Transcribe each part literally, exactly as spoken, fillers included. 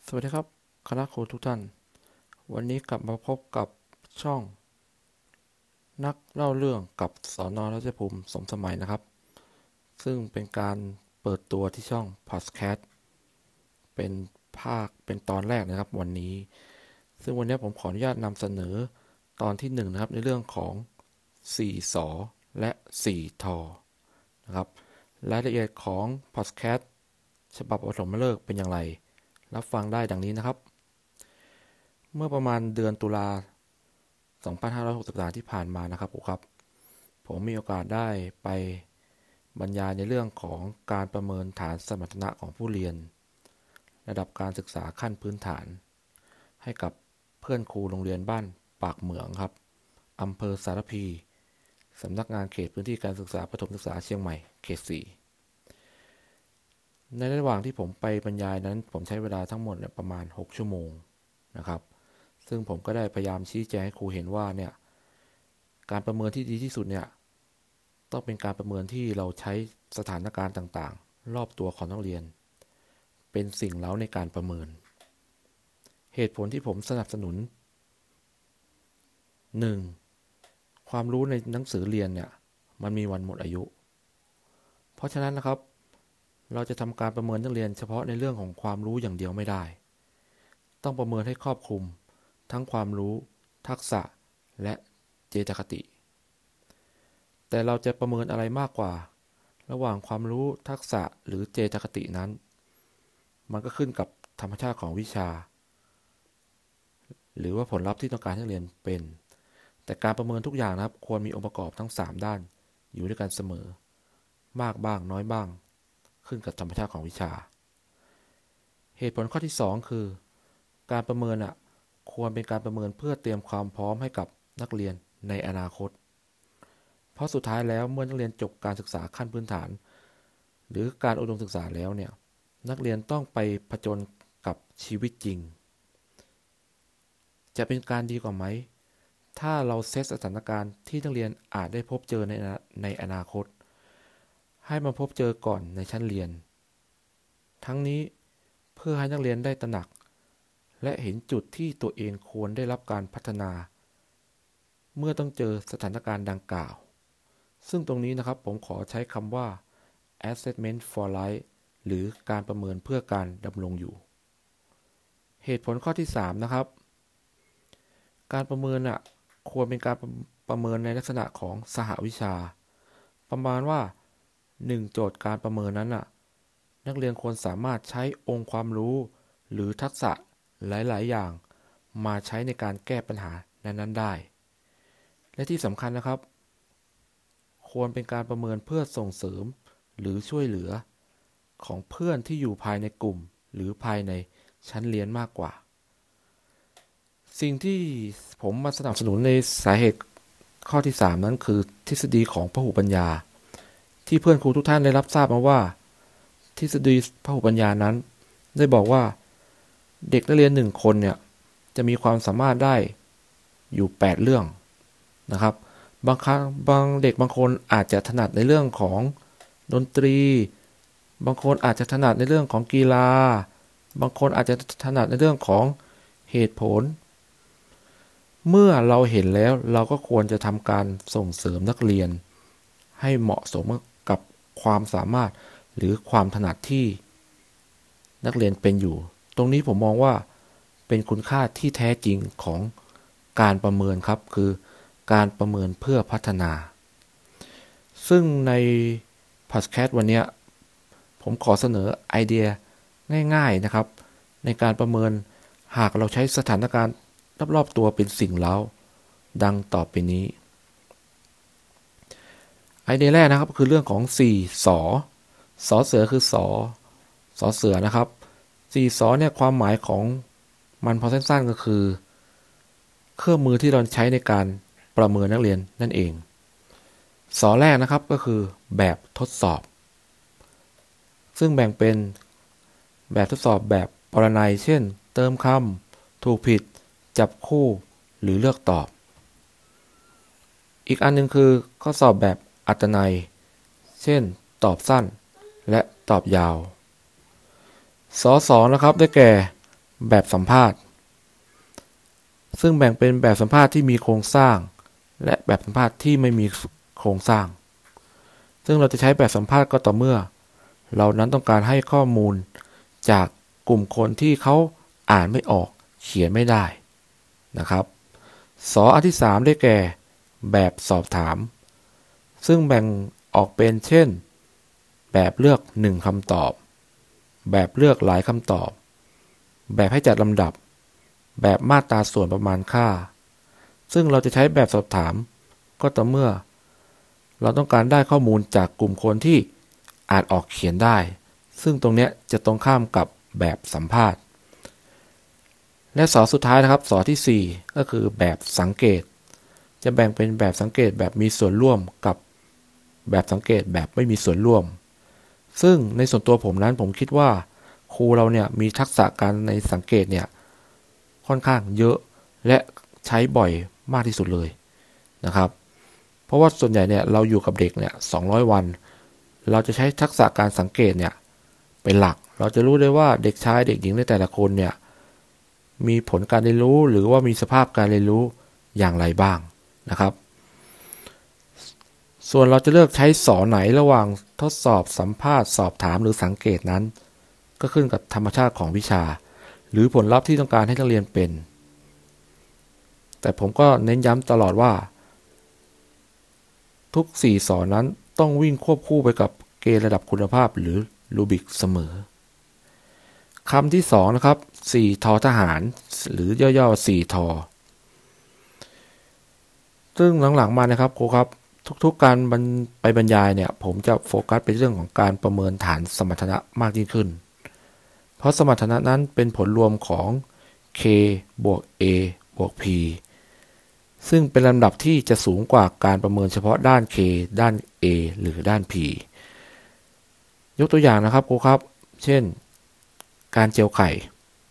สวัสดีครับคณะครูทุกท่านวันนี้กลับมาพบกับช่องนักเล่าเรื่องกับสน.รัชภูมิสมสมัยนะครับซึ่งเป็นการเปิดตัวที่ช่องพอดแคสต์เป็นภาคเป็นตอนแรกนะครับวันนี้ซึ่งวันนี้ผมขออนุญาตนำเสนอตอนที่หนึ่งนะครับในเรื่องของสี่สอและสี่ทอนะครับรายละเอียดของพอดแคสต์ฉบับปฐมฤกษ์เป็นอย่างไรรับฟังได้ดังนี้นะครับเมื่อประมาณเดือนตุลาสองพันห้าร้อยหกสิบสามที่ผ่านมานะครับครับผมมีโอกาสได้ไปบรรยายในเรื่องของการประเมินฐานสมรรถนะของผู้เรียนระดับการศึกษาขั้นพื้นฐานให้กับเพื่อนครูโรงเรียนบ้านปากเหมืองครับอำเภอสารพีสำนักงานเขตพื้นที่การศึกษาประถมศึกษาเชียงใหม่เขตสี่ในระหว่างที่ผมไปบรรยายนั้นผมใช้เวลาทั้งหมดประมาณหกชั่วโมงนะครับซึ่งผมก็ได้พยายามชี้แจงให้ครูเห็นว่าเนี่ยการประเมินที่ดีที่สุดเนี่ยต้องเป็นการประเมินที่เราใช้สถานการณ์ต่างๆรอบตัวของนักเรียนเป็นสิ่งเร้าในการประเมินเหตุผลที่ผมสนับสนุน หนึ่ง. ความรู้ในหนังสือเรียนเนี่ยมันมีวันหมดอายุเพราะฉะนั้นนะครับเราจะทำการประเมินนักเรียนเฉพาะในเรื่องของความรู้อย่างเดียวไม่ได้ต้องประเมินให้ครอบคลุมทั้งความรู้ทักษะและเจตคติแต่เราจะประเมินอะไรมากกว่าระหว่างความรู้ทักษะหรือเจตคตินั้นมันก็ขึ้นกับธรรมชาติของวิชาหรือว่าผลลัพธ์ที่ต้องการให้นักเรียนเป็นแต่การประเมินทุกอย่างนะครับควรมีองค์ประกอบทั้งสามด้านอยู่ด้วยกันเสมอมากบ้างน้อยบ้างขึ้นกับธรรมชาติของวิชาเหตุผลข้อที่สองคือการประเมินอ่ะควรเป็นการประเมินเพื่อเตรียมความพร้อมให้กับนักเรียนในอนาคตเพราะสุดท้ายแล้วเมื่อนักเรียนจบการศึกษาขั้นพื้นฐานหรือการอุดมศึกษาแล้วเนี่ยนักเรียนต้องไปผจญกับชีวิตจริงจะเป็นการดีกว่าไหมถ้าเราเซตสถานการณ์ที่นักเรียนอาจได้พบเจอในในอนาคตให้มาพบเจอก่อนในชั้นเรียนทั้งนี้เพื่อให้นักเรียนได้ตระหนักและเห็นจุดที่ตัวเองควรได้รับการพัฒนาเมื่อต้องเจอสถานการณ์ดังกล่าวซึ่งตรงนี้นะครับผมขอใช้คำว่า assessment for life หรือการประเมินเพื่อการดำรงอยู่เหตุผลข้อที่สามนะครับการประเมินอ่ะควรเป็นการประเมินในลักษณะของสหวิชาประมาณว่าหนึ่งโจทย์การประเมินนั้นอ่ะนักเรียนควรสามารถใช้องค์ความรู้หรือทักษะหลายๆอย่างมาใช้ในการแก้ปัญหานั้นๆได้และที่สำคัญนะครับควรเป็นการประเมินเพื่อส่งเสริมหรือช่วยเหลือของเพื่อนที่อยู่ภายในกลุ่มหรือภายในชั้นเรียนมากกว่าสิ่งที่ผมมาสนับสนุนในสาเหตุข้อที่สามนั้นคือทฤษฎีของพหุปัญญาที่เพื่อนครูทุกท่านได้รับทราบมาว่าทฤษฎีพหุปัญญานั้นได้บอกว่าเด็กนักเรียนหนึ่งคนเนี่ยจะมีความสามารถได้อยู่แปดเรื่องนะครับบางครั้งบางเด็กบางคนอาจจะถนัดในเรื่องของดนตรีบางคนอาจจะถนัดในเรื่องของกีฬาบางคนอาจจะถนัดในเรื่องของเหตุผลเมื่อเราเห็นแล้วเราก็ควรจะทำการส่งเสริมนักเรียนให้เหมาะสมกับความสามารถหรือความถนัดที่นักเรียนเป็นอยู่ตรงนี้ผมมองว่าเป็นคุณค่าที่แท้จริงของการประเมินครับคือการประเมินเพื่อพัฒนาซึ่งในพอดแคสต์วันนี้ผมขอเสนอไอเดียง่ายๆนะครับในการประเมินหากเราใช้สถานการณ์รอบๆตัวเป็นสิ่งเร้าดังต่อไปนี้ไอเดียแรกนะครับคือเรื่องของสี่สอสอเสือคือสอสอเสือนะครับสี่สอเนี่ยความหมายของมันพอสั้นๆก็คือเครื่องมือที่เราใช้ในการประเมินนักเรียนนั่นเองสอแรกนะครับก็คือแบบทดสอบซึ่งแบ่งเป็นแบบทดสอบแบบปรนัยเช่นเติมคำถูกผิดจับคู่หรือเลือกตอบอีกอันนึงคือข้อสอบแบบอัตนัยเช่นตอบสั้นและตอบยาวสอสองนะครับได้แก่แบบสัมภาษณ์ซึ่งแบ่งเป็นแบบสัมภาษณ์ที่มีโครงสร้างและแบบสัมภาษณ์ที่ไม่มีโครงสร้างซึ่งเราจะใช้แบบสัมภาษณ์ก็ต่อเมื่อเรานั้นต้องการให้ข้อมูลจากกลุ่มคนที่เขาอ่านไม่ออกเขียนไม่ได้นะครับสออันที่สามได้แก่แบบสอบถามซึ่งแบ่งออกเป็นเช่นแบบเลือกหนึ่งคำตอบแบบเลือกหลายคำตอบแบบให้จัดลำดับแบบมาตราส่วนประมาณค่าซึ่งเราจะใช้แบบสอบถามก็ต่อเมื่อเราต้องการได้ข้อมูลจากกลุ่มคนที่อ่านออกเขียนได้ซึ่งตรงนี้จะตรงข้ามกับแบบสัมภาษณ์และสอสุดท้ายนะครับสอที่สี่ก็คือแบบสังเกตจะแบ่งเป็นแบบสังเกตแบบมีส่วนร่วมกับแบบสังเกตแบบไม่มีส่วนร่วมซึ่งในส่วนตัวผมนั้นผมคิดว่าครูเราเนี่ยมีทักษะการในสังเกตเนี่ยค่อนข้างเยอะและใช้บ่อยมากที่สุดเลยนะครับเพราะว่าส่วนใหญ่เนี่ยเราอยู่กับเด็กเนี่ยสองร้อยวันเราจะใช้ทักษะการสังเกตเนี่ยเป็นหลักเราจะรู้ได้ว่าเด็กชายเด็กหญิงในแต่ละคนเนี่ยมีผลการเรียนรู้หรือว่ามีสภาพการเรียนรู้อย่างไรบ้างนะครับส่วนเราจะเลือกใช้สอไหนระหว่างทดสอบสัมภาษณ์สอบถามหรือสังเกตนั้นก็ขึ้นกับธรรมชาติของวิชาหรือผลลัพธ์ที่ต้องการให้นักเรียนเป็นแต่ผมก็เน้นย้ำตลอดว่าทุกสี่สอนนั้นต้องวิ่งควบคู่ไปกับเกณฑ์ระดับคุณภาพหรือรูบิกเสมอคำที่สองนะครับสี่ทอทหารหรือย่อๆสี่ทอซึ่งหลังๆมานะครับครูครับทุกๆการไปบรรยายเนี่ยผมจะโฟกัสไปเรื่องของการประเมินฐานสมรรถนะมากยิ่งขึ้นเพราะสมรรถนะนั้นเป็นผลรวมของ K บวก A บวก P ซึ่งเป็นลำดับที่จะสูงกว่าการประเมินเฉพาะด้าน K ด้าน A หรือด้าน P ยกตัวอย่างนะครับครูครับเช่นการเจียวไข่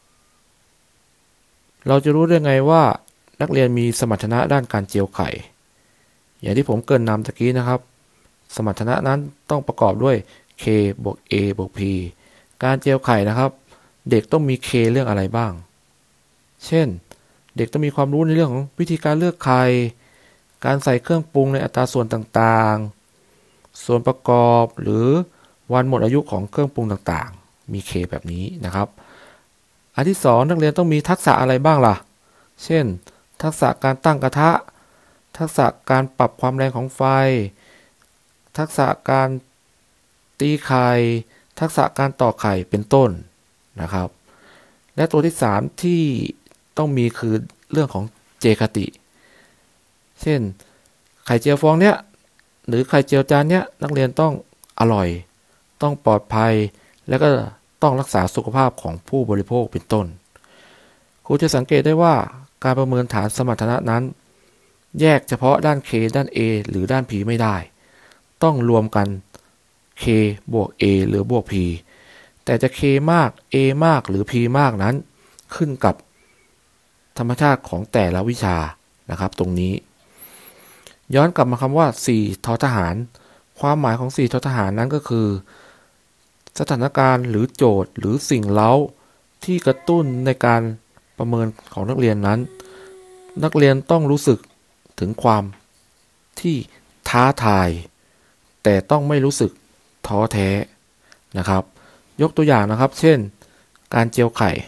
เราจะรู้ได้ไงว่านักเรียนมีสมรรถนะด้านการเจียวไข่อย่างที่ผมเกริ่นนำตะกี้นะครับสมรรถนะนั้นต้องประกอบด้วย K บวก A บวก P การเจียวไข่นะครับเด็กต้องมี K เรื่องอะไรบ้างเช่นเด็กต้องมีความรู้ในเรื่องของวิธีการเลือกไข่การใส่เครื่องปรุงในอัตราส่วนต่างๆส่วนประกอบหรือวันหมดอายุของเครื่องปรุงต่างๆมี K แบบนี้นะครับอันที่สองนักเรียนต้องมีทักษะอะไรบ้างล่ะเช่นทักษะการตั้งกระทะทักษะการปรับความแรงของไฟทักษะการตีไข่ทักษะการต่อไข่เป็นต้นนะครับและตัวที่สามที่ต้องมีคือเรื่องของเจคติเช่นไข่เจียวฟองเนี้ยหรือไข่เจียวจานเนี้ยนักเรียนต้องอร่อยต้องปลอดภัยและก็ต้องรักษาสุขภาพของผู้บริโภคเป็นต้นครูจะสังเกตได้ว่าการประเมินฐานสมรรถนะนั้นแยกเฉพาะด้าน K ด้าน A หรือด้าน P ไม่ได้ต้องรวมกัน K บวก A หรือบวก P แต่จะ K มาก A มากหรือ P มากนั้นขึ้นกับธรรมชาติของแต่ละวิชานะครับตรงนี้ย้อนกลับมาคำว่าสี่ทอทหารความหมายของสี่ทอทหารนั้นก็คือสถานการณ์หรือโจทย์หรือสิ่งเร้าที่กระตุ้นในการประเมินของนักเรียนนั้นนักเรียนต้องรู้สึกถึงความที่ท้าทายแต่ต้องไม่รู้สึกท้อแท้นะครับยกตัวอย่างนะครับเช่นการเจียวไข่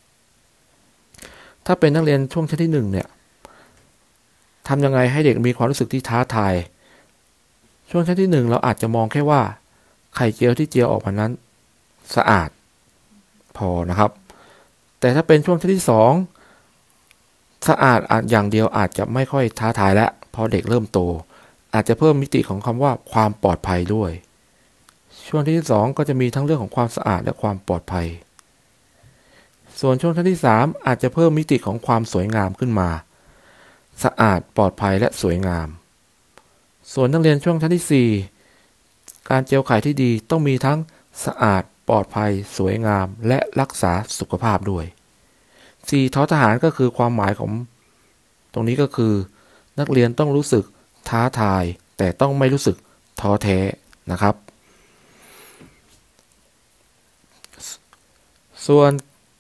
ถ้าเป็นนักเรียนช่วงชั้นที่หนึ่งเนี่ยทำยังไงให้เด็กมีความรู้สึกที่ท้าทายช่วงชั้นที่หนึ่งเราอาจจะมองแค่ว่าไข่เจียวที่เจียวออกมานั้นสะอาดพอนะครับแต่ถ้าเป็นช่วงชั้นที่สองสะอาดอย่างเดียวอาจจะไม่ค่อยท้าทายแล้วพอเด็กเริ่มโตอาจจะเพิ่มมิติของคำว่าความปลอดภัยด้วยช่วงที่สองก็จะมีทั้งเรื่องของความสะอาดและความปลอดภัยส่วนช่วงที่สามอาจจะเพิ่มมิติของความสวยงามขึ้นมาสะอาดปลอดภัยและสวยงามส่วนนักเรียนช่วงชั้นที่สี่การเจียวไข่ที่ดีต้องมีทั้งสะอาดปลอดภัยสวยงามและรักษาสุขภาพด้วยสี่ทอทหารก็คือความหมายของตรงนี้ก็คือนักเรียนต้องรู้สึกท้าทายแต่ต้องไม่รู้สึกท้อแท้นะครับส่วน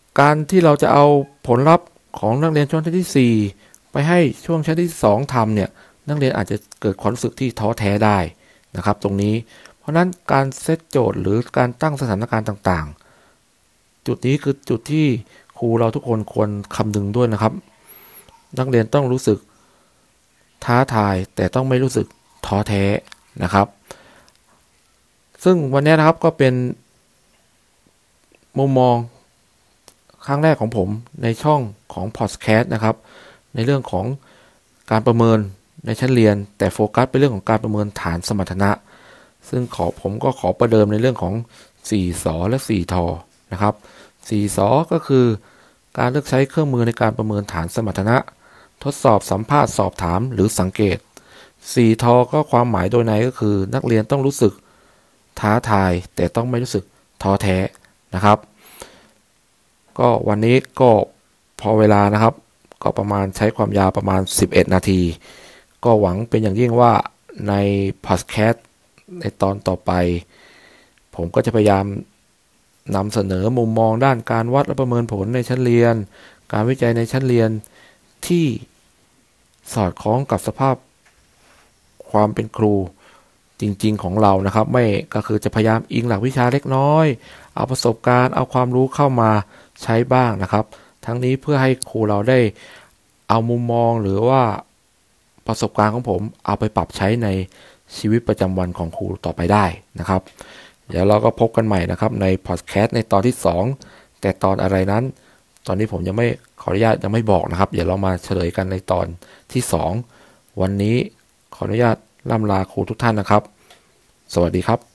การที่เราจะเอาผลลัพธ์ของนักเรียนช่วงชั้นที่สี่ไปให้ช่วงชั้นที่สองทำเนี่ยนักเรียนอาจจะเกิดความรู้สึกที่ท้อแท้ได้นะครับตรงนี้เพราะนั้นการเซตโจทย์หรือการตั้งสถานการณ์ต่างๆจุดนี้คือจุดที่ครูเราทุกคนควรคำนึงด้วยนะครับนักเรียนต้องรู้สึกท้าทายแต่ต้องไม่รู้สึกท้อแท้นะครับซึ่งวันนี้นะครับก็เป็นมุมมองครั้งแรกของผมในช่องของพอดแคสต์นะครับในเรื่องของการประเมินในชั้นเรียนแต่โฟกัสไปเรื่องของการประเมินฐานสมรรถนะซึ่งขอผมก็ขอประเดิมในเรื่องของสี่สอและสี่ทอนะครับสี่สอก็คือการเลือกใช้เครื่องมือในการประเมินฐานสมรรถนะทดสอบสัมภาษณ์สอบถามหรือสังเกตสี่ทอก็ความหมายโดยในก็คือนักเรียนต้องรู้สึกท้าทายแต่ต้องไม่รู้สึกท้อแท้นะครับก็วันนี้ก็พอเวลานะครับก็ประมาณใช้ความยาวประมาณสิบเอ็ดนาทีก็หวังเป็นอย่างยิ่งว่าในพอดแคสต์ในตอนต่อไปผมก็จะพยายามนำเสนอมุมมองด้านการวัดและประเมินผลในชั้นเรียนการวิจัยในชั้นเรียนที่สอดคล้องกับสภาพความเป็นครูจริงๆของเรานะครับไม่ก็คือจะพยายามอิงหลักวิชาเล็กน้อยเอาประสบการณ์เอาความรู้เข้ามาใช้บ้างนะครับทั้งนี้เพื่อให้ครูเราได้เอามุมมองหรือว่าประสบการณ์ของผมเอาไปปรับใช้ในชีวิตประจำวันของครูต่อไปได้นะครับเดี๋ยวเราก็พบกันใหม่นะครับในพอดแคสต์ในตอนที่สองแต่ตอนอะไรนั้นตอนนี้ผมยังไม่ขออนุญาตยังไม่บอกนะครับเดี๋ยวเรามาเฉลยกันในตอนที่สองวันนี้ขออนุญาตล่ำลาครูทุกท่านนะครับสวัสดีครับ